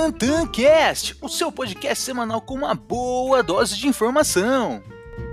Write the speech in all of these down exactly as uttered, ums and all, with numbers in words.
TantanCast, o seu podcast semanal com uma boa dose de informação.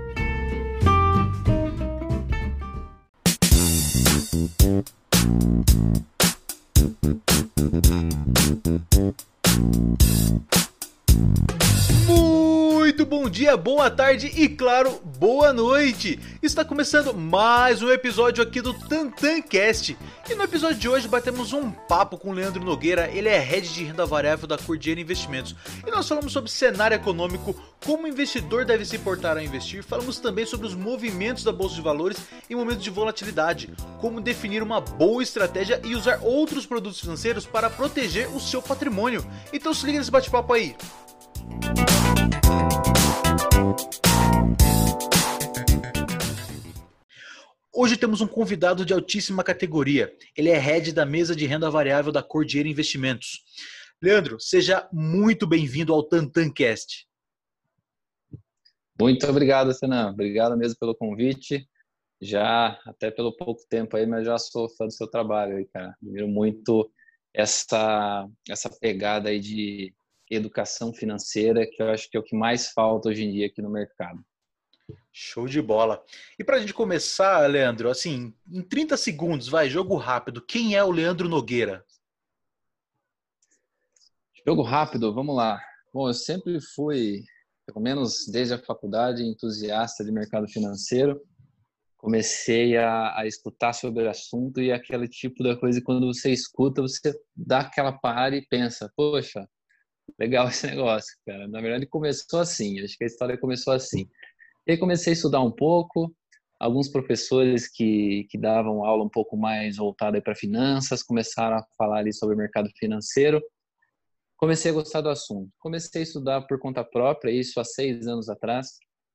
Muito bom dia, boa tarde e, claro, boa noite! Está começando mais um episódio aqui do TantanCast. E no episódio de hoje batemos um papo com o Leandro Nogueira, ele é head de renda variável da Cordier Investimentos. E nós falamos sobre cenário econômico, como o investidor deve se portar ao investir, falamos também sobre os movimentos da Bolsa de Valores em momentos de volatilidade, como definir uma boa estratégia e usar outros produtos financeiros para proteger o seu patrimônio. Então se liga nesse bate-papo aí! Hoje temos um convidado de altíssima categoria. Ele é head da mesa de renda variável da Cordier Investimentos. Leandro, seja muito bem-vindo ao TantanCast. Muito obrigado, Senan. Obrigado mesmo pelo convite. Já, até pelo pouco tempo aí, mas já sou fã do seu trabalho aí, cara. Admiro muito essa, essa pegada aí de educação financeira, que eu acho que é o que mais falta hoje em dia aqui no mercado. Show de bola. E para a gente começar, Leandro, assim, em trinta segundos, vai, jogo rápido. Quem é o Leandro Nogueira? Jogo rápido, vamos lá. Bom, eu sempre fui, pelo menos desde a faculdade, entusiasta de mercado financeiro. Comecei a, a escutar sobre o assunto e aquele tipo da coisa, quando você escuta, você dá aquela parada e pensa, poxa, legal esse negócio, cara. Na verdade, começou assim, acho que a história começou assim. E aí comecei a estudar um pouco, alguns professores que, que davam aula um pouco mais voltada para finanças, começaram a falar ali sobre o mercado financeiro. Comecei a gostar do assunto. Comecei a estudar por conta própria, isso há seis anos atrás.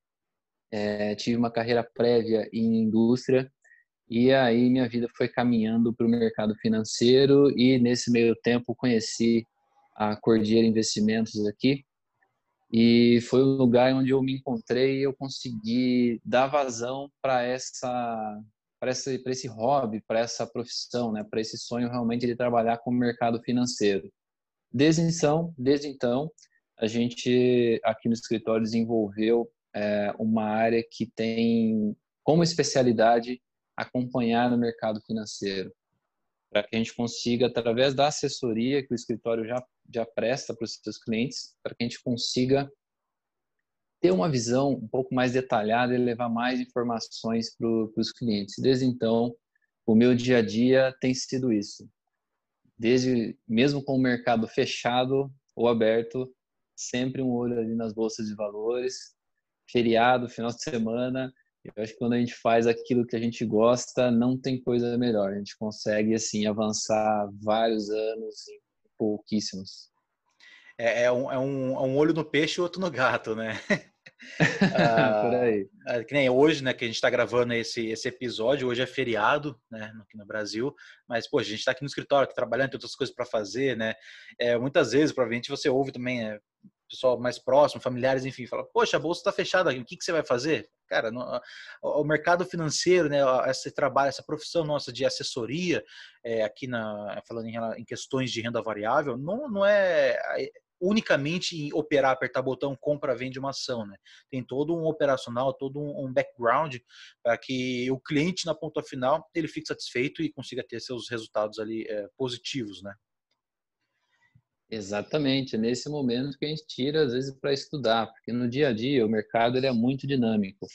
É, tive uma carreira prévia em indústria e aí minha vida foi caminhando para o mercado financeiro e nesse meio tempo conheci a Cordier Investimentos aqui. E foi o lugar onde eu me encontrei e eu consegui dar vazão para essa, para esse, para esse hobby, para essa profissão, né? Para esse sonho realmente de trabalhar com o mercado financeiro. Desde então, desde então, a gente aqui no escritório desenvolveu é, uma área que tem como especialidade acompanhar no mercado financeiro, para que a gente consiga, através da assessoria que o escritório já, já presta para os seus clientes, para que a gente consiga ter uma visão um pouco mais detalhada e levar mais informações para os clientes. Desde então, o meu dia a dia tem sido isso. Desde, mesmo com o mercado fechado ou aberto, sempre um olho ali nas bolsas de valores, feriado, final de semana. Eu acho que quando a gente faz aquilo que a gente gosta, não tem coisa melhor. A gente consegue, assim, avançar vários anos em pouquíssimos. É, é, um, é, um, é um olho no peixe e outro no gato, né? Por ah, aí. é, que nem hoje, né, que a gente está gravando esse, esse episódio, hoje é feriado, né, aqui no Brasil, mas, pô, a gente está aqui no escritório, aqui trabalhando, tem outras coisas para fazer, né, é, muitas vezes, provavelmente, você ouve também, é, pessoal mais próximo, familiares, enfim, fala, poxa, a bolsa está fechada, o que, que você vai fazer? Cara, no, o, o mercado financeiro, né, esse trabalho, essa profissão nossa de assessoria, é, aqui na, falando em, em questões de renda variável, não, não é unicamente em operar, apertar botão, compra, vende uma ação, né? Tem todo um operacional, todo um, um background para que o cliente na ponta final ele fique satisfeito e consiga ter seus resultados ali é, positivos, né? Exatamente, é nesse momento que a gente tira, às vezes, para estudar, porque no dia a dia o mercado ele é muito dinâmico.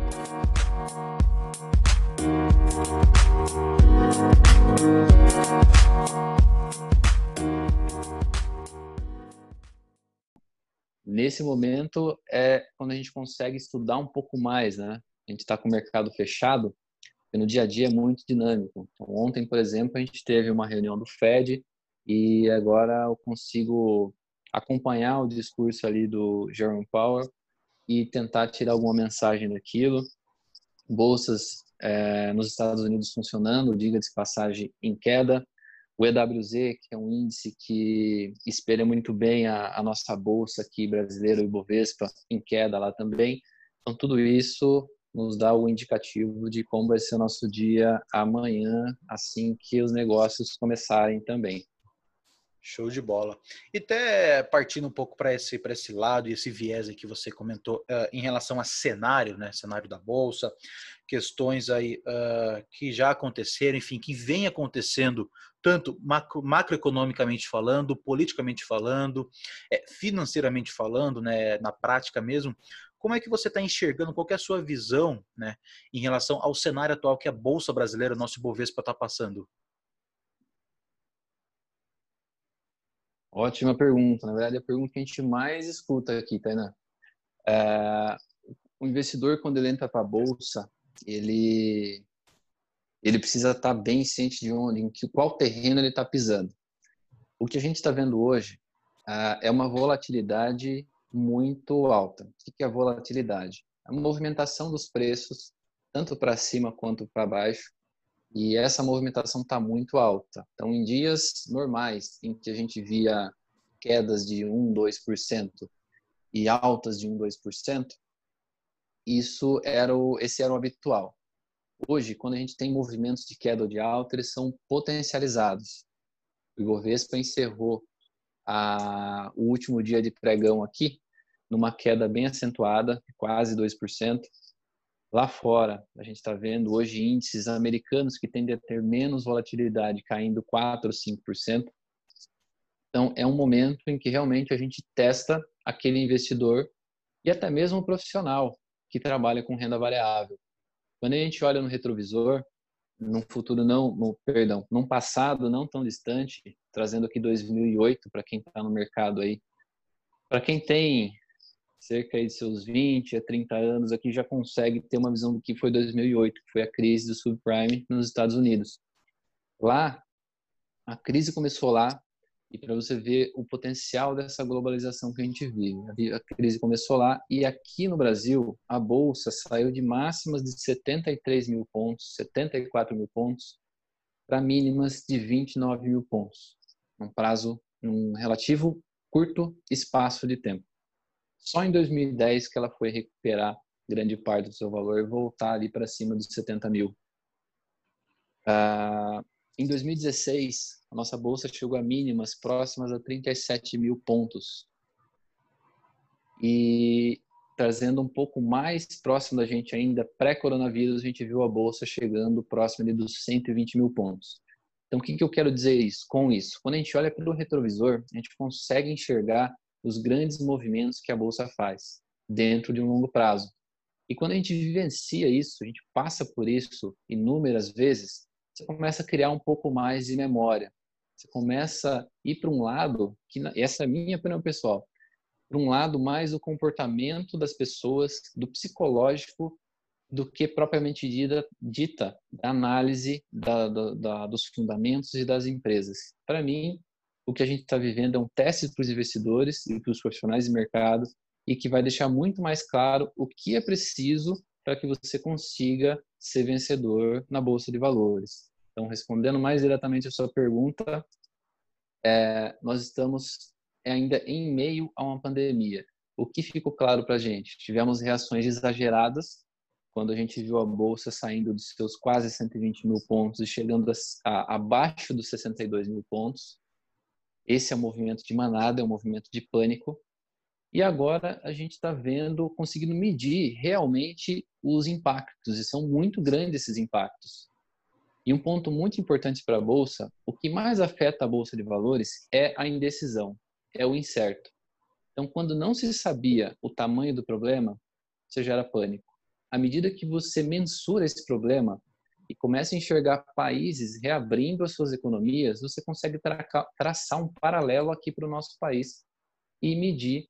Nesse momento é quando a gente consegue estudar um pouco mais, né? A gente está com o mercado fechado, e no dia a dia é muito dinâmico. Então, ontem, por exemplo, a gente teve uma reunião do Fed e agora eu consigo acompanhar o discurso ali do Jerome Powell e tentar tirar alguma mensagem daquilo. Bolsas é, nos Estados Unidos funcionando, diga-se de passagem, em queda. O E W Z, que é um índice que espelha muito bem a, a nossa bolsa aqui brasileira, o Ibovespa, em queda lá também. Então, tudo isso nos dá o indicativo de como vai ser o nosso dia amanhã, assim que os negócios começarem também. Show de bola. E até partindo um pouco para esse, para esse lado e esse viés aí que você comentou uh, em relação a cenário, né? Cenário da Bolsa, questões aí uh, que já aconteceram, enfim, que vem acontecendo, tanto macro, macroeconomicamente falando, politicamente falando, é, financeiramente falando, né? Na prática mesmo. Como é que você está enxergando, qual que é a sua visão, né, em relação ao cenário atual que a Bolsa Brasileira, nosso Ibovespa, está passando? Ótima pergunta. Na verdade, é a pergunta que a gente mais escuta aqui, Tainá. É, o investidor, quando ele entra para a Bolsa, ele, ele precisa estar bem ciente de onde, em que, qual terreno ele está pisando. O que a gente está vendo hoje uh, é uma volatilidade muito alta. O que é a volatilidade? A movimentação dos preços, tanto para cima quanto para baixo, e essa movimentação está muito alta. Então, em dias normais, em que a gente via quedas de um, dois por cento e altas de um, dois por cento, isso era o, esse era o habitual. Hoje, quando a gente tem movimentos de queda ou de alta, eles são potencializados. O Ibovespa encerrou a, o último dia de pregão aqui numa queda bem acentuada, quase dois por cento. Lá fora, a gente está vendo hoje índices americanos que tendem a ter menos volatilidade, caindo quatro, cinco por cento. Então, é um momento em que realmente a gente testa aquele investidor e até mesmo o profissional que trabalha com renda variável. Quando a gente olha no retrovisor, num futuro não, no, perdão, num passado não tão distante, trazendo aqui dois mil e oito para quem está no mercado aí, para quem tem cerca de seus vinte a trinta anos aqui já consegue ter uma visão do que foi dois mil e oito, que foi a crise do subprime nos Estados Unidos. Lá, a crise começou lá, e para você ver o potencial dessa globalização que a gente vive. A crise começou lá e aqui no Brasil, a Bolsa saiu de máximas de setenta e três mil pontos, setenta e quatro mil pontos, para mínimas de vinte e nove mil pontos, num prazo, num relativo curto espaço de tempo. Só em dois mil e dez que ela foi recuperar grande parte do seu valor e voltar ali para cima dos setenta mil. Uh, em dois mil e dezesseis, a nossa bolsa chegou a mínimas próximas a trinta e sete mil pontos. E trazendo um pouco mais próximo da gente ainda, pré-coronavírus, a gente viu a bolsa chegando próximo ali dos cento e vinte mil pontos. Então, o que, que eu quero dizer isso, com isso? Quando a gente olha pelo retrovisor, a gente consegue enxergar os grandes movimentos que a bolsa faz dentro de um longo prazo. E quando a gente vivencia isso, a gente passa por isso inúmeras vezes, você começa a criar um pouco mais de memória. Você começa a ir para um lado, que essa é a minha opinião pessoal, para um lado mais do comportamento das pessoas, do psicológico, do que propriamente dita, dita da análise da, da, da, dos fundamentos e das empresas. Para mim, o que a gente está vivendo é um teste para os investidores e para os profissionais de mercado e que vai deixar muito mais claro o que é preciso para que você consiga ser vencedor na Bolsa de Valores. Então, respondendo mais diretamente a sua pergunta, é, nós estamos ainda em meio a uma pandemia. O que ficou claro para a gente? Tivemos reações exageradas quando a gente viu a Bolsa saindo dos seus quase cento e vinte mil pontos e chegando a, a, abaixo dos sessenta e dois mil pontos. Esse é um movimento de manada, é um movimento de pânico. E agora a gente está vendo, conseguindo medir realmente os impactos, e são muito grandes esses impactos. E um ponto muito importante para a Bolsa, o que mais afeta a Bolsa de Valores é a indecisão, é o incerto. Então, quando não se sabia o tamanho do problema, você gera pânico. À medida que você mensura esse problema e começa a enxergar países reabrindo as suas economias, você consegue tra- traçar um paralelo aqui para o nosso país e medir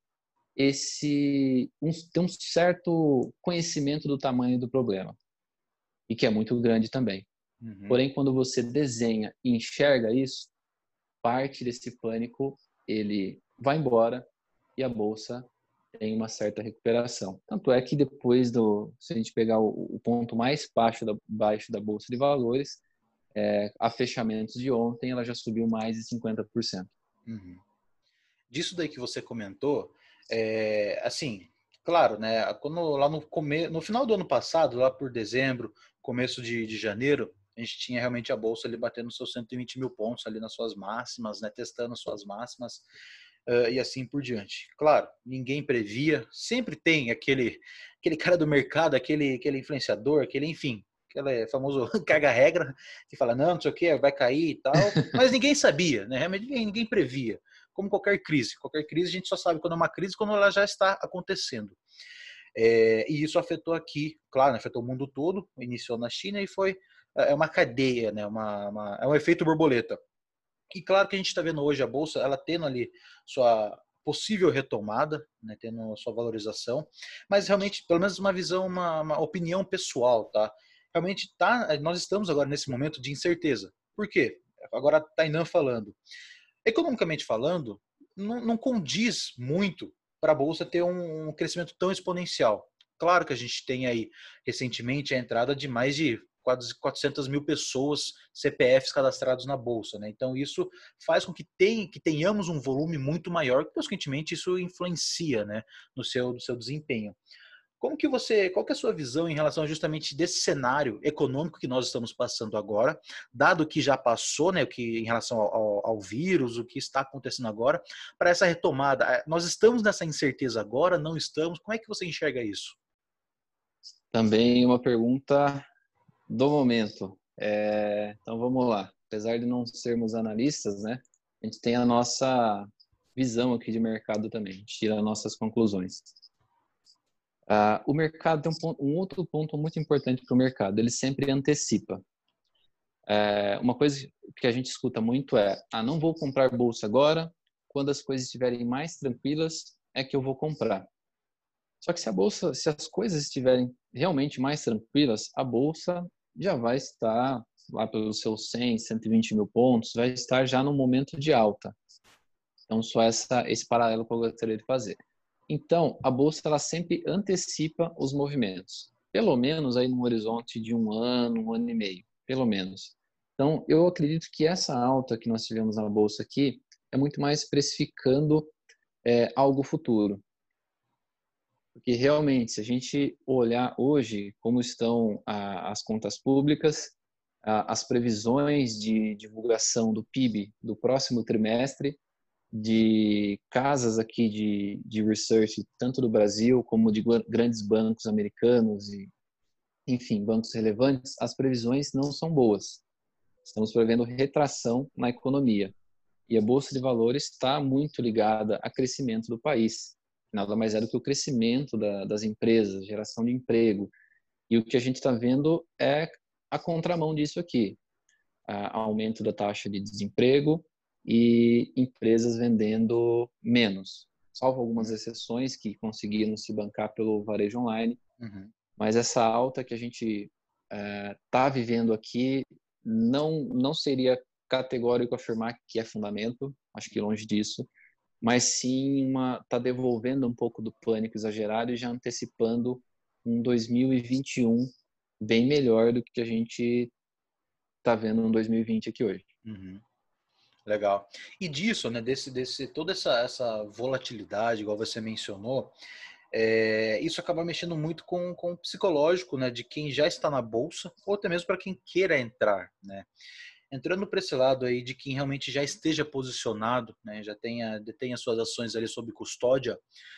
esse um, ter um certo conhecimento do tamanho do problema, e que é muito grande também. Uhum. Porém, quando você desenha e enxerga isso, parte desse pânico ele vai embora e a bolsa tem uma certa recuperação. Tanto é que depois do, se a gente pegar o, o ponto mais baixo da, baixo da bolsa de valores, é, a fechamentos de ontem, ela já subiu mais de cinquenta por cento. Uhum. Disso daí que você comentou, é, assim, claro, né? Quando lá no come, no final do ano passado, lá por dezembro, começo de, de janeiro, a a gente tinha realmente a bolsa ali batendo seus cento e vinte mil pontos ali nas suas máximas, né, testando suas máximas, uh, e assim por diante. Claro, ninguém previa, sempre tem aquele, aquele cara do mercado, aquele, aquele influenciador, aquele, enfim, aquele famoso caga-regra, que fala, não, não sei o que, vai cair e tal, mas ninguém sabia, né, realmente ninguém, ninguém previa. Como qualquer crise, qualquer crise a gente só sabe quando é uma crise, quando ela já está acontecendo. É, e isso afetou aqui, claro, afetou o mundo todo, iniciou na China e foi é uma cadeia, né? uma, uma, é um efeito borboleta. E claro que a gente está vendo hoje a Bolsa, ela tendo ali sua possível retomada, né? Tendo sua valorização, mas realmente, pelo menos uma visão, uma, uma opinião pessoal, tá? Realmente tá, nós estamos agora nesse momento de incerteza. Por quê? Agora a Tainan falando. Economicamente falando, não, não condiz muito para a Bolsa ter um, um crescimento tão exponencial. Claro que a gente tem aí, recentemente, a entrada de mais de quatrocentas mil pessoas, C P Fs cadastrados na Bolsa, né? Então isso faz com que, tem, que tenhamos um volume muito maior, que consequentemente isso influencia, né, no seu, no seu desempenho. Como que você, qual que é a sua visão em relação justamente desse cenário econômico que nós estamos passando agora, dado que já passou, né, o que em relação ao, ao, ao vírus, o que está acontecendo agora, para essa retomada? Nós estamos nessa incerteza agora? Não estamos? Como é que você enxerga isso? Também uma pergunta do momento. É, então vamos lá. Apesar de não sermos analistas, né, a gente tem a nossa visão aqui de mercado também. A gente tira nossas conclusões. Uh, o mercado tem um, ponto, um outro ponto muito importante para o mercado. Ele sempre antecipa. É, uma coisa que a gente escuta muito é: ah, não vou comprar bolsa agora. Quando as coisas estiverem mais tranquilas, é que eu vou comprar. Só que se a bolsa, se as coisas estiverem realmente mais tranquilas, a bolsa já vai estar lá pelos seus cem, cento e vinte mil pontos, vai estar já no momento de alta. Então, só essa, esse paralelo que eu gostaria de fazer. Então, a bolsa ela sempre antecipa os movimentos, pelo menos aí no horizonte de um ano, um ano e meio, pelo menos. Então, eu acredito que essa alta que nós tivemos na bolsa aqui é muito mais precificando é, algo futuro. Porque realmente, se a gente olhar hoje como estão a, as contas públicas, a, as previsões de divulgação do P I B do próximo trimestre, de casas aqui de, de research, tanto do Brasil como de grandes bancos americanos e, enfim, bancos relevantes, as previsões não são boas. Estamos prevendo retração na economia. E a Bolsa de Valores está muito ligada ao crescimento do país. Nada mais é do que o crescimento da, das empresas, geração de emprego. E o que a gente está vendo é a contramão disso aqui. A, aumento da taxa de desemprego e empresas vendendo menos. Salvo algumas exceções que conseguiram se bancar pelo varejo online. Uhum. Mas essa alta que a gente está é, vivendo aqui não, não seria categórico afirmar que é fundamento, acho que longe disso, mas sim está devolvendo um pouco do pânico exagerado e já antecipando um dois mil e vinte e um bem melhor do que a gente está vendo no dois mil e vinte aqui hoje. Uhum. Legal. E disso, né, desse, desse, toda essa, essa volatilidade, igual você mencionou, é, isso acaba mexendo muito com, com o psicológico, né, de quem já está na bolsa, ou até mesmo para quem queira entrar, né. Entrando para esse lado aí de quem realmente já esteja posicionado, né, já tenha, detenha suas ações ali sob custódia,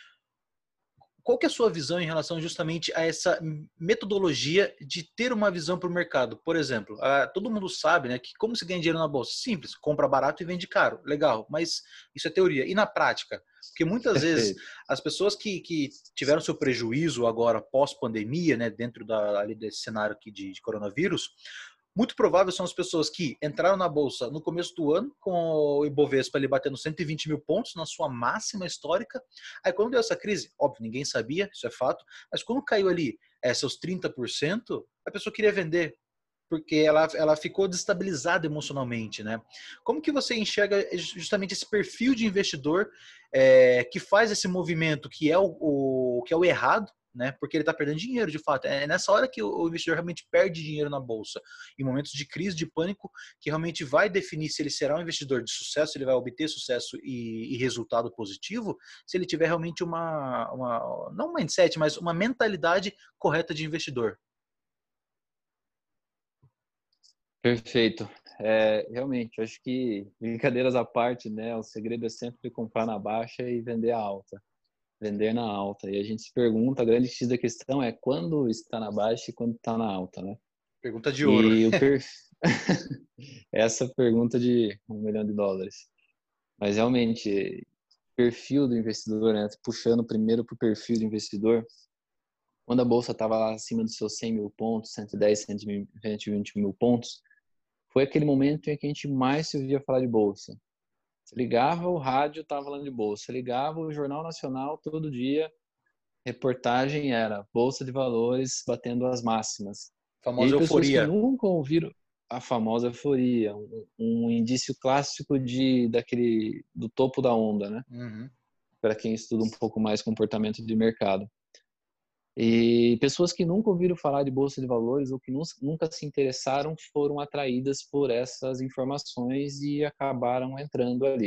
qual que é a sua visão em relação justamente a essa metodologia de ter uma visão para o mercado? Por exemplo, a, todo mundo sabe, né, que como se ganha dinheiro na bolsa? Simples, compra barato e vende caro. Legal, mas isso é teoria. E na prática? Porque muitas vezes as pessoas que, que tiveram seu prejuízo agora pós-pandemia, né, dentro da, ali desse cenário aqui de, de coronavírus, muito provável são as pessoas que entraram na bolsa no começo do ano, com o Ibovespa ali batendo cento e vinte mil pontos na sua máxima histórica. Aí quando deu essa crise, óbvio, ninguém sabia, isso é fato, mas quando caiu ali é, seus trinta por cento, a pessoa queria vender, porque ela, ela ficou destabilizada emocionalmente, né? Como que você enxerga justamente esse perfil de investidor é, que faz esse movimento, que é o, o, que é o errado, né? Porque ele está perdendo dinheiro, de fato. É nessa hora que o investidor realmente perde dinheiro na bolsa, em momentos de crise, de pânico, que realmente vai definir se ele será um investidor de sucesso, se ele vai obter sucesso e, e resultado positivo, se ele tiver realmente uma, uma, não um mindset, mas uma mentalidade correta de investidor. Perfeito. É, realmente, acho que, brincadeiras à parte, né? O segredo é sempre comprar na baixa e vender a alta. Vender na alta. E a gente se pergunta, a grande X da questão é quando está na baixa e quando está na alta, né? Pergunta de ouro. E o perfil... Essa pergunta de um milhão de dólares. Mas realmente, perfil do investidor, né? Puxando primeiro para o perfil do investidor, quando a bolsa estava lá acima dos seus cem mil pontos, cento e dez, cento e vinte mil pontos, foi aquele momento em que a gente mais se ouvia falar de bolsa. Você ligava o rádio, estava falando de bolsa. Você ligava o Jornal Nacional todo dia, reportagem era Bolsa de Valores batendo as máximas. E aí Famosa pessoas que euforia. nunca ouviram a famosa euforia, um, um indício clássico de daquele do topo da onda, né? Uhum. Para quem estuda um pouco mais comportamento de mercado. E pessoas que nunca ouviram falar de bolsa de valores ou que nunca se interessaram foram atraídas por essas informações e acabaram entrando ali.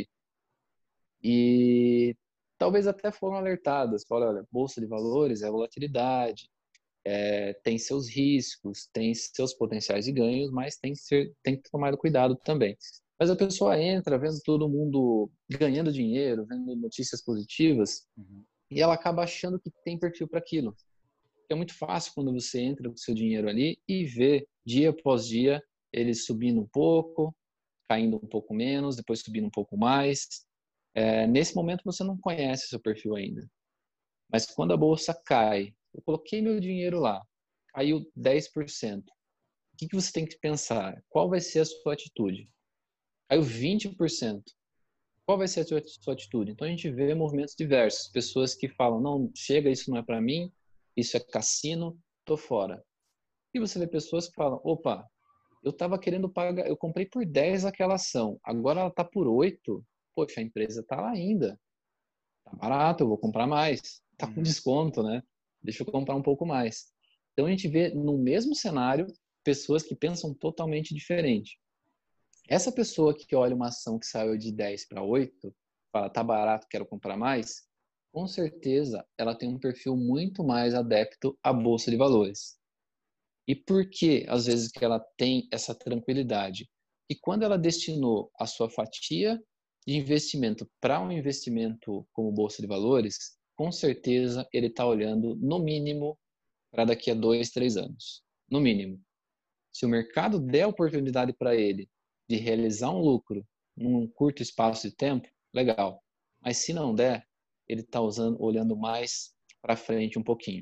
E talvez até foram alertadas, olha, olha, bolsa de valores é volatilidade, é, tem seus riscos, tem seus potenciais de ganhos, mas tem que ser, tem que tomar cuidado também. Mas a pessoa entra vendo todo mundo ganhando dinheiro, vendo notícias positivas, Uhum. e ela acaba achando que tem perfil para aquilo. É muito fácil quando você entra com o seu dinheiro ali e vê dia após dia ele subindo um pouco, caindo um pouco menos, depois subindo um pouco mais. É, nesse momento você não conhece seu perfil ainda. Mas quando a bolsa cai, eu coloquei meu dinheiro lá, caiu dez por cento. O que, que você tem que pensar? Qual vai ser a sua atitude? Caiu vinte por cento. Qual vai ser a sua, sua atitude? Então a gente vê movimentos diversos. Pessoas que falam, não, chega, isso não é para mim, isso é cassino, tô fora. E você vê pessoas que falam, opa, eu estava querendo pagar, eu comprei por dez aquela ação, agora ela está por oito, poxa, a empresa está lá ainda, tá barato, eu vou comprar mais, tá com Uhum. desconto, né? Deixa eu comprar um pouco mais. Então a gente vê no mesmo cenário pessoas que pensam totalmente diferente. Essa pessoa que olha uma ação que saiu de dez para oito, fala, tá barato, quero comprar mais, com certeza ela tem um perfil muito mais adepto à bolsa de valores. E por que, às vezes, que ela tem essa tranquilidade? E quando ela destinou a sua fatia de investimento para um investimento como bolsa de valores, com certeza ele está olhando, no mínimo, para daqui a dois, três anos. No mínimo. Se o mercado der oportunidade para ele de realizar um lucro num curto espaço de tempo, legal. Mas se não der, ele está olhando mais para frente um pouquinho.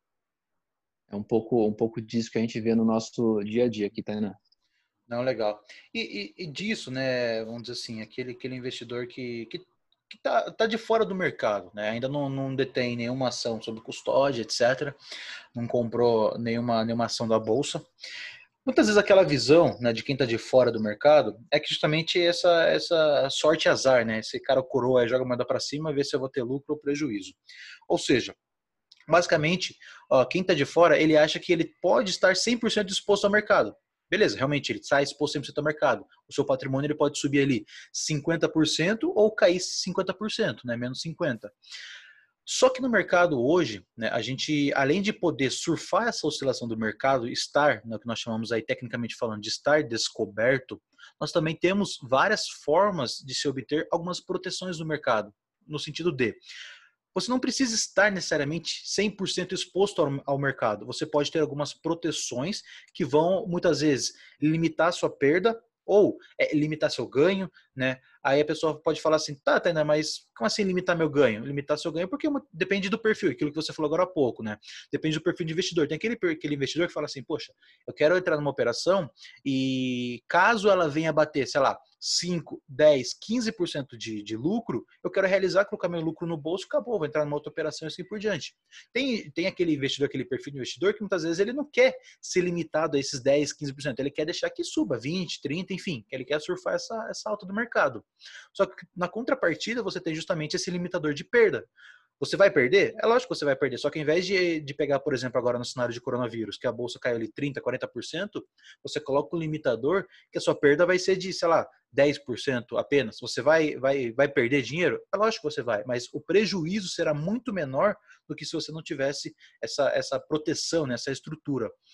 É um pouco, um pouco disso que a gente vê no nosso dia a dia aqui, Tainá. Não, legal. E, e, e disso, né, vamos dizer assim, aquele, aquele investidor que, que, que tá, tá de fora do mercado, né, ainda não, não detém nenhuma ação sob custódia, etcétera, não comprou nenhuma, nenhuma ação da bolsa. Muitas vezes aquela visão, né, de quem está de fora do mercado é que justamente essa, essa sorte e azar, né, esse cara coroa, joga a moeda para cima, vê se eu vou ter lucro ou prejuízo. Ou seja, basicamente, ó, quem está de fora, ele acha que ele pode estar cem por cento exposto ao mercado. Beleza, realmente, ele está exposto cem por cento ao mercado. O seu patrimônio ele pode subir ali cinquenta por cento ou cair cinquenta por cento, né, menos cinquenta por cento. Só que no mercado hoje, né, a gente, além de poder surfar essa oscilação do mercado, estar, né, o que nós chamamos aí tecnicamente falando de estar descoberto, nós também temos várias formas de se obter algumas proteções do mercado, no sentido de você não precisa estar necessariamente cem por cento exposto ao, ao mercado. Você pode ter algumas proteções que vão, muitas vezes, limitar a sua perda ou é, limitar seu ganho, né? Aí a pessoa pode falar assim, tá, Tainá, mas como assim limitar meu ganho? Limitar seu ganho porque depende do perfil, aquilo que você falou agora há pouco, né? Depende do perfil de investidor. Tem aquele, aquele investidor que fala assim, poxa, eu quero entrar numa operação e caso ela venha bater, sei lá, cinco, dez, quinze por cento de, de lucro, eu quero realizar, colocar meu lucro no bolso, acabou, vou entrar numa outra operação e assim por diante. Tem, tem aquele investidor, aquele perfil de investidor que muitas vezes ele não quer ser limitado a esses dez, quinze por cento, ele quer deixar que suba vinte, trinta, enfim, ele quer surfar essa, essa alta do mercado. Só que na contrapartida você tem justamente esse limitador de perda. Você vai perder? É lógico que você vai perder, só que ao invés de, de pegar, por exemplo, agora no cenário de coronavírus, que a bolsa caiu ali trinta, quarenta por cento, você coloca um limitador que a sua perda vai ser de, sei lá, dez por cento apenas. Você vai, vai, vai perder dinheiro? É lógico que você vai, mas o prejuízo será muito menor do que se você não tivesse essa, essa proteção, né, essa estrutura.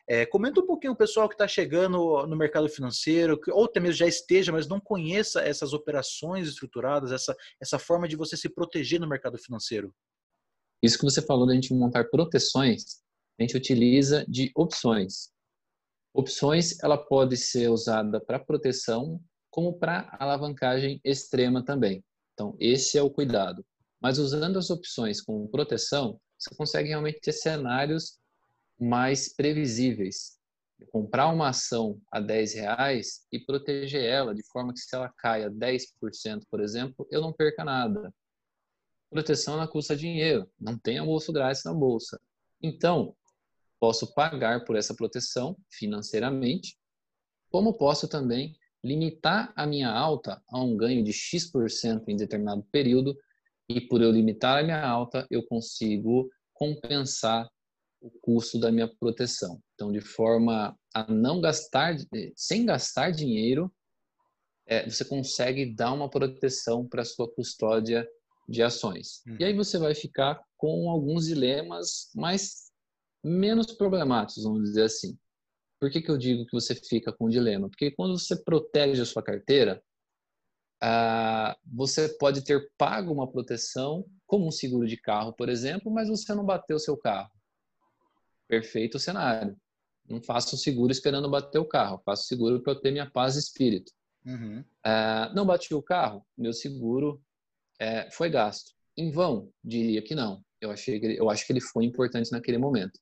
É, comenta um pouquinho o pessoal que está chegando no mercado financeiro, que, ou até mesmo já esteja, mas não conheça essas operações estruturadas, essa, essa forma de você se proteger no mercado financeiro. Isso que você falou da gente montar proteções, a gente utiliza de opções. Opções, ela pode ser usada para proteção, como para alavancagem extrema também. Então, esse é o cuidado. Mas usando as opções como proteção, você consegue realmente ter cenários mais previsíveis. Comprar uma ação a dez reais e proteger ela de forma que se ela caia dez por cento, por exemplo, eu não perca nada. Proteção não custa dinheiro, não tem almoço grátis na bolsa. Então, posso pagar por essa proteção financeiramente, como posso também limitar a minha alta a um ganho de X% por cento em determinado período, e por eu limitar a minha alta, eu consigo compensar o custo da minha proteção. Então, de forma a não gastar, sem gastar dinheiro, é, você consegue dar uma proteção para a sua custódia de ações. Uhum. E aí você vai ficar com alguns dilemas mais menos problemáticos, vamos dizer assim. Por que que eu digo que você fica com dilema? Porque quando você protege a sua carteira, ah, você pode ter pago uma proteção, como um seguro de carro, por exemplo, mas você não bateu o seu carro. Perfeito cenário. Não faço seguro esperando bater o carro, faço seguro para eu ter minha paz de espírito. Uhum. Ah, não bati o carro, meu seguro é, foi gasto. Em vão? Diria que não. Eu, achei que ele, eu acho que ele foi importante naquele momento.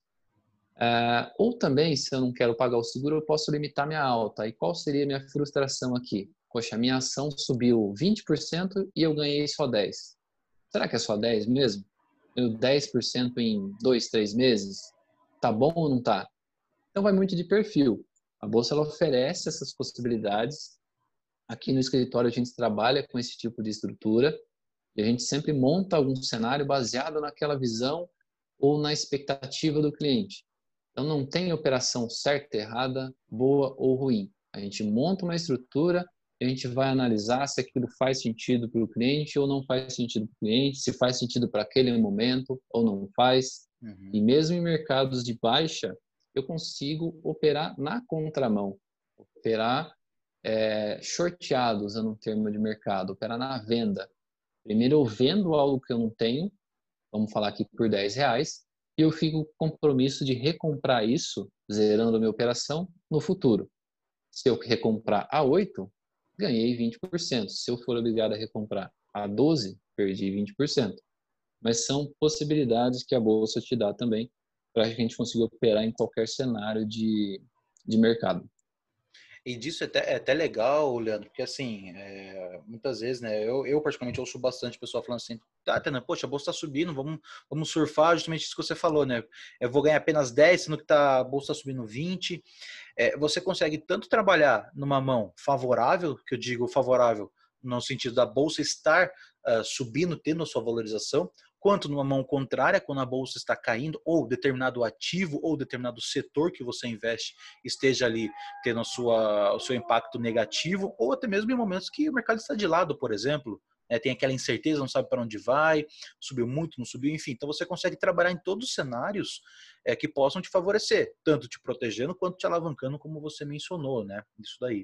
Ah, ou também, se eu não quero pagar o seguro, eu posso limitar minha alta. E qual seria a minha frustração aqui? Poxa, minha ação subiu vinte por cento e eu ganhei só dez por cento. Será que é só dez por cento mesmo? Eu dez por cento em dois, três meses? Tá bom ou não tá? Então vai muito de perfil. A bolsa ela oferece essas possibilidades. Aqui no escritório a gente trabalha com esse tipo de estrutura e a gente sempre monta algum cenário baseado naquela visão ou na expectativa do cliente. Então não tem operação certa, errada, boa ou ruim. A gente monta uma estrutura e a gente vai analisar se aquilo faz sentido para o cliente ou não faz sentido para o cliente, se faz sentido para aquele momento ou não faz. Uhum. E mesmo em mercados de baixa, eu consigo operar na contramão, operar é, shorteado, usando um termo de mercado, operar na venda. Primeiro eu vendo algo que eu não tenho, vamos falar aqui por dez reais, e eu fico com o compromisso de recomprar isso, zerando a minha operação, no futuro. Se eu recomprar a oito, ganhei vinte por cento. Se eu for obrigado a recomprar a doze, perdi vinte por cento. Mas são possibilidades que a bolsa te dá também para que a gente consiga operar em qualquer cenário de, de mercado. E disso é até, é até legal, Leandro, porque assim, é, muitas vezes, né, eu, eu particularmente ouço bastante pessoal falando assim, tá, Tana, poxa, a bolsa tá subindo, vamos, vamos surfar, justamente isso que você falou, né, eu vou ganhar apenas dez, sendo que tá, a bolsa tá subindo vinte, é, você consegue tanto trabalhar numa mão favorável, que eu digo favorável no sentido da bolsa estar uh, subindo, tendo a sua valorização, quanto numa mão contrária, quando a bolsa está caindo, ou determinado ativo ou determinado setor que você investe esteja ali tendo a sua, o seu impacto negativo, ou até mesmo em momentos que o mercado está de lado, por exemplo, né, tem aquela incerteza, não sabe para onde vai, subiu muito, não subiu, enfim. Então você consegue trabalhar em todos os cenários é, que possam te favorecer, tanto te protegendo quanto te alavancando, como você mencionou, né? Isso daí.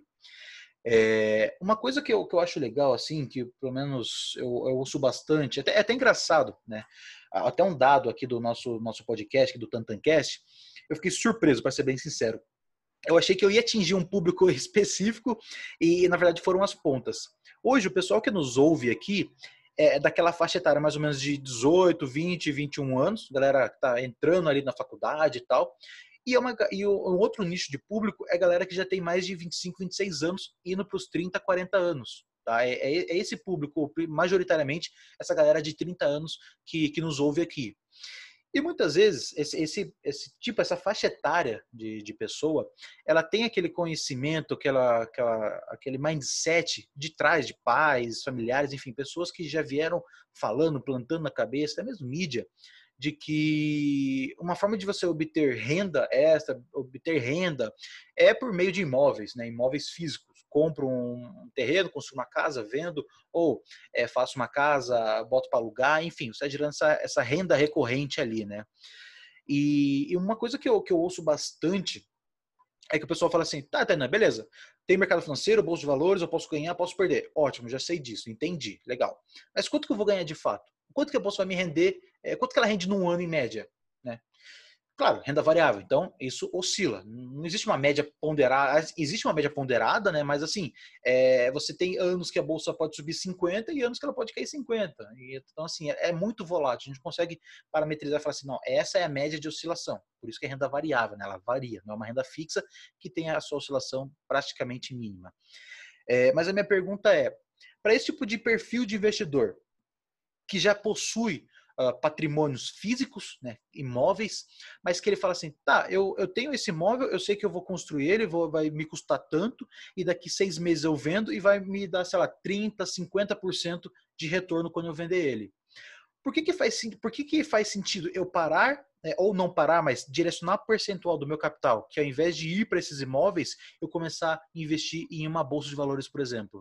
É, uma coisa que eu, que eu acho legal, assim, que pelo menos eu, eu ouço bastante, até, é até engraçado, né? Até um dado aqui do nosso, nosso podcast, aqui do Tantancast, eu fiquei surpreso, para ser bem sincero. Eu achei que eu ia atingir um público específico e, na verdade, foram as pontas. Hoje, o pessoal que nos ouve aqui é daquela faixa etária mais ou menos de dezoito, vinte, vinte e um anos, galera que tá entrando ali na faculdade e tal. E, é uma, e o, um outro nicho de público é a galera que já tem mais de vinte e cinco, vinte e seis anos, indo para os trinta, quarenta anos. Tá? É, é, é esse público, majoritariamente, essa galera de trinta anos que, que nos ouve aqui. E muitas vezes, esse, esse, esse tipo, essa faixa etária de, de pessoa, ela tem aquele conhecimento, aquela, aquela, aquele mindset de trás de pais, familiares, enfim, pessoas que já vieram falando, plantando na cabeça, até mesmo mídia, de que uma forma de você obter renda extra, obter renda, é por meio de imóveis, né? Imóveis físicos. Compro um terreno, construo uma casa, vendo, ou é, faço uma casa, boto para alugar, enfim, você está gerando essa, essa renda recorrente ali, né? E, e uma coisa que eu, que eu ouço bastante é que o pessoal fala assim, tá, Tainá, beleza, tem mercado financeiro, bolsa de valores, eu posso ganhar, posso perder. Ótimo, já sei disso, entendi, legal. Mas quanto que eu vou ganhar de fato? Quanto que a bolsa vai me render? É, quanto que ela rende num ano em média? Né? Claro, renda variável, então isso oscila. Não existe uma média ponderada, existe uma média ponderada, né? Mas assim, é, você tem anos que a bolsa pode subir cinquenta e anos que ela pode cair cinquenta. E, então, assim, é, é muito volátil. A gente consegue parametrizar e falar assim, não, essa é a média de oscilação. Por isso que é renda variável, né? Ela varia, não é uma renda fixa que tem a sua oscilação praticamente mínima. É, mas a minha pergunta é, para esse tipo de perfil de investidor que já possui Uh, patrimônios físicos, né, imóveis, mas que ele fala assim, tá, eu, eu tenho esse imóvel, eu sei que eu vou construir ele, vou, vai me custar tanto, e daqui seis meses eu vendo e vai me dar, sei lá, trinta, cinquenta por cento de retorno quando eu vender ele. Por que que faz, por que que faz sentido eu parar, né, ou não parar, mas direcionar o percentual do meu capital, que ao invés de ir para esses imóveis, eu começar a investir em uma bolsa de valores, por exemplo?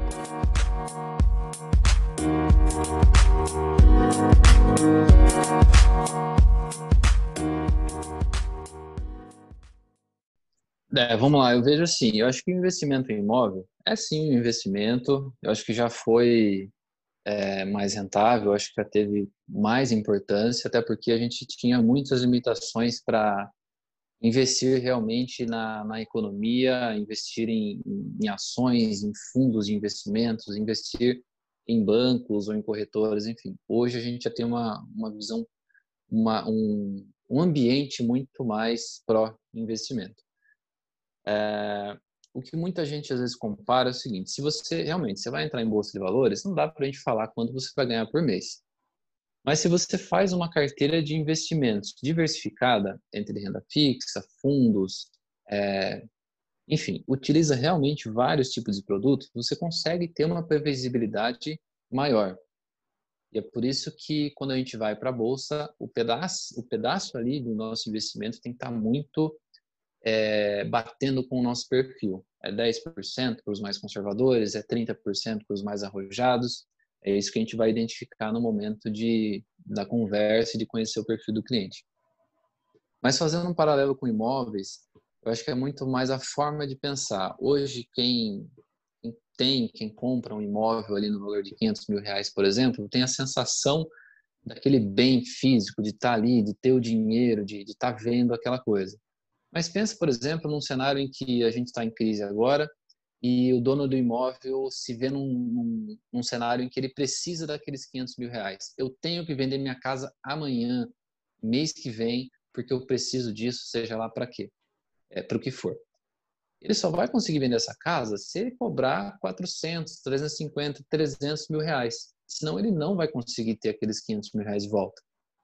É, vamos lá, eu vejo assim, eu acho que o investimento em imóvel é sim um investimento, eu acho que já foi é, mais rentável, eu acho que já teve mais importância, até porque a gente tinha muitas limitações para investir realmente na, na economia, investir em, em ações, em fundos de investimentos, investir em bancos ou em corretoras, enfim. Hoje a gente já tem uma, uma visão, uma, um, um ambiente muito mais pró-investimento. É, o que muita gente às vezes compara é o seguinte, se você realmente você vai entrar em bolsa de valores, não dá para a gente falar quanto você vai ganhar por mês. Mas se você faz uma carteira de investimentos diversificada entre renda fixa, fundos, é, enfim, utiliza realmente vários tipos de produtos, você consegue ter uma previsibilidade maior. E é por isso que quando a gente vai para a bolsa, o pedaço, o pedaço ali do nosso investimento tem que estar muito é, batendo com o nosso perfil. É dez por cento para os mais conservadores, é trinta por cento para os mais arrojados. É isso que a gente vai identificar no momento de, da conversa e de conhecer o perfil do cliente. Mas fazendo um paralelo com imóveis, eu acho que é muito mais a forma de pensar. Hoje, quem, quem tem, quem compra um imóvel ali no valor de quinhentos mil reais, por exemplo, tem a sensação daquele bem físico, de estar ali, de ter o dinheiro, de, de estar vendo aquela coisa. Mas pensa, por exemplo, num cenário em que a gente está em crise agora e o dono do imóvel se vê num, num, num cenário em que ele precisa daqueles quinhentos mil reais. Eu tenho que vender minha casa amanhã, mês que vem, porque eu preciso disso, seja lá para quê, é, para o que for. Ele só vai conseguir vender essa casa se ele cobrar quatrocentos, trezentos e cinquenta, trezentos mil reais. Senão ele não vai conseguir ter aqueles quinhentos mil reais de volta.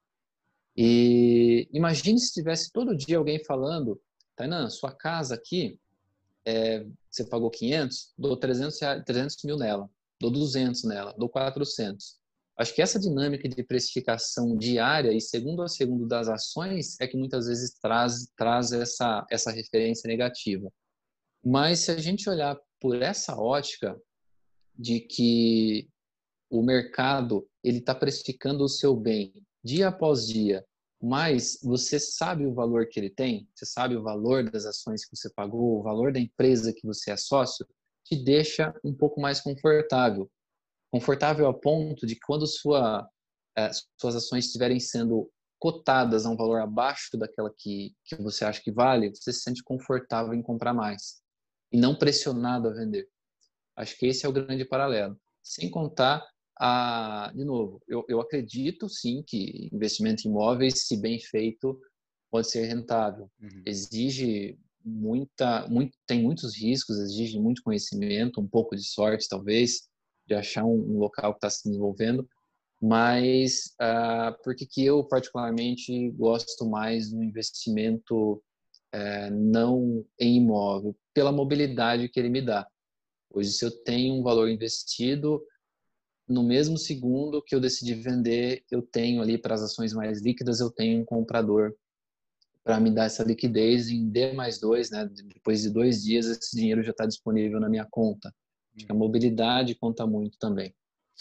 E imagine se tivesse todo dia alguém falando, Tainan, sua casa aqui, é, você pagou quinhentos, dou trezentos, trezentos mil nela, dou duzentos nela, dou quatrocentos. Acho que essa dinâmica de precificação diária e segundo a segundo das ações é que muitas vezes traz, traz essa, essa referência negativa. Mas se a gente olhar por essa ótica de que o mercado ele está precificando o seu bem dia após dia, mas você sabe o valor que ele tem, você sabe o valor das ações que você pagou, o valor da empresa que você é sócio, te deixa um pouco mais confortável. Confortável a ponto de que quando sua, eh, suas ações estiverem sendo cotadas a um valor abaixo daquela que, que você acha que vale, você se sente confortável em comprar mais e não pressionado a vender. Acho que esse é o grande paralelo. Sem contar, a, de novo, eu, eu acredito sim que investimento em imóveis, se bem feito, pode ser rentável. Uhum. Exige muita, muito, tem muitos riscos, exige muito conhecimento, um pouco de sorte talvez, de achar um, um local que está se desenvolvendo, mas uh, por que que eu particularmente gosto mais do investimento uh, não em imóvel? Pela mobilidade que ele me dá. Hoje, se eu tenho um valor investido, no mesmo segundo que eu decidi vender, eu tenho ali para as ações mais líquidas, eu tenho um comprador para me dar essa liquidez em D mais dois, né? Depois de dois dias, esse dinheiro já está disponível na minha conta. Acho que a mobilidade conta muito também. Sim.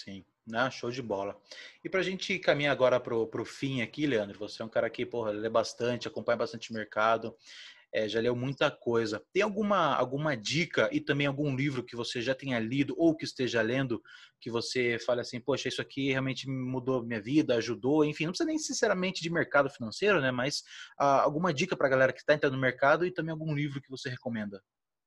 Não, show de bola. E para a gente caminhar agora para o fim aqui, Leandro, você é um cara que, porra, lê bastante, acompanha bastante o mercado, é, já leu muita coisa. Tem alguma, alguma dica e também algum livro que você já tenha lido ou que esteja lendo, que você fale assim, poxa, isso aqui realmente mudou minha vida, ajudou, enfim, não precisa nem sinceramente de mercado financeiro, né? Mas ah, alguma dica para a galera que está entrando no mercado e também algum livro que você recomenda?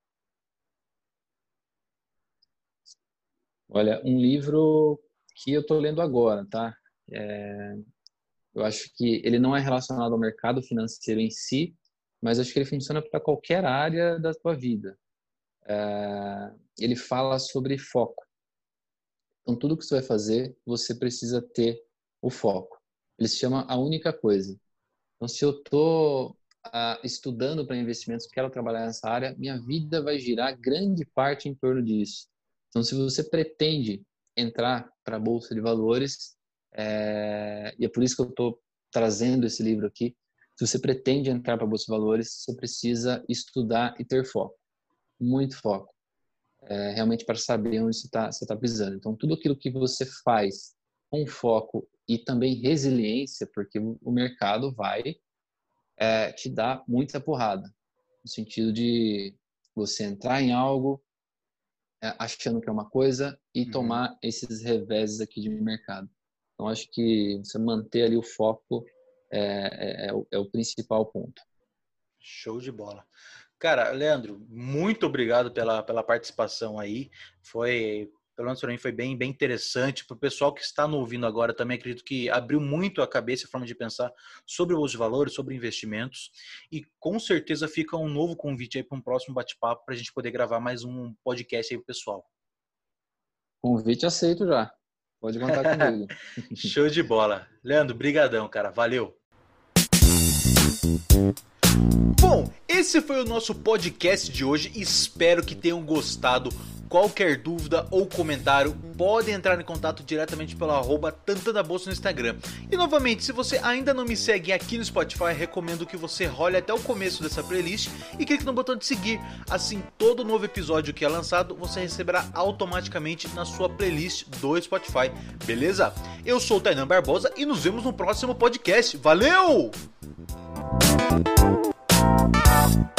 Olha, um livro que eu estou lendo agora, tá? É, eu acho que ele não é relacionado ao mercado financeiro em si, mas acho que ele funciona para qualquer área da tua vida. É, ele fala sobre foco. Então, tudo que você vai fazer, você precisa ter o foco. Ele se chama A Única Coisa. Então, se eu estou ah, estudando para investimentos, quero trabalhar nessa área, minha vida vai girar grande parte em torno disso. Então, se você pretende entrar para a Bolsa de Valores, é, e é por isso que eu estou trazendo esse livro aqui, se você pretende entrar para a Bolsa de Valores, você precisa estudar e ter foco, muito foco, é, realmente para saber onde você está você tá pisando. Então, tudo aquilo que você faz com foco e também resiliência, porque o mercado vai é, te dar muita porrada, no sentido de você entrar em algo é, achando que é uma coisa e Uhum. tomar esses reveses aqui de mercado. Então, acho que você manter ali o foco é, é, é, o, é o principal ponto. Show de bola. Cara, Leandro, muito obrigado pela, pela participação aí. Foi, pelo menos para mim, foi bem, bem interessante. Para o pessoal que está nos ouvindo agora, também acredito que abriu muito a cabeça e a forma de pensar sobre o bolsa de valores, sobre investimentos. E com certeza fica um novo convite aí para um próximo bate-papo para a gente poder gravar mais um podcast aí para o pessoal. Convite aceito já. Pode contar comigo. Show de bola. Leandro, brigadão, cara. Valeu. Bom, esse foi o nosso podcast de hoje. Espero que tenham gostado. Qualquer dúvida ou comentário, pode entrar em contato diretamente pelo arroba Tantanda Bolsa no Instagram. E novamente, se você ainda não me segue aqui no Spotify, recomendo que você role até o começo dessa playlist e clique no botão de seguir. Assim, todo novo episódio que é lançado, você receberá automaticamente na sua playlist do Spotify, beleza? Eu sou o Tainan Barbosa e nos vemos no próximo podcast. Valeu!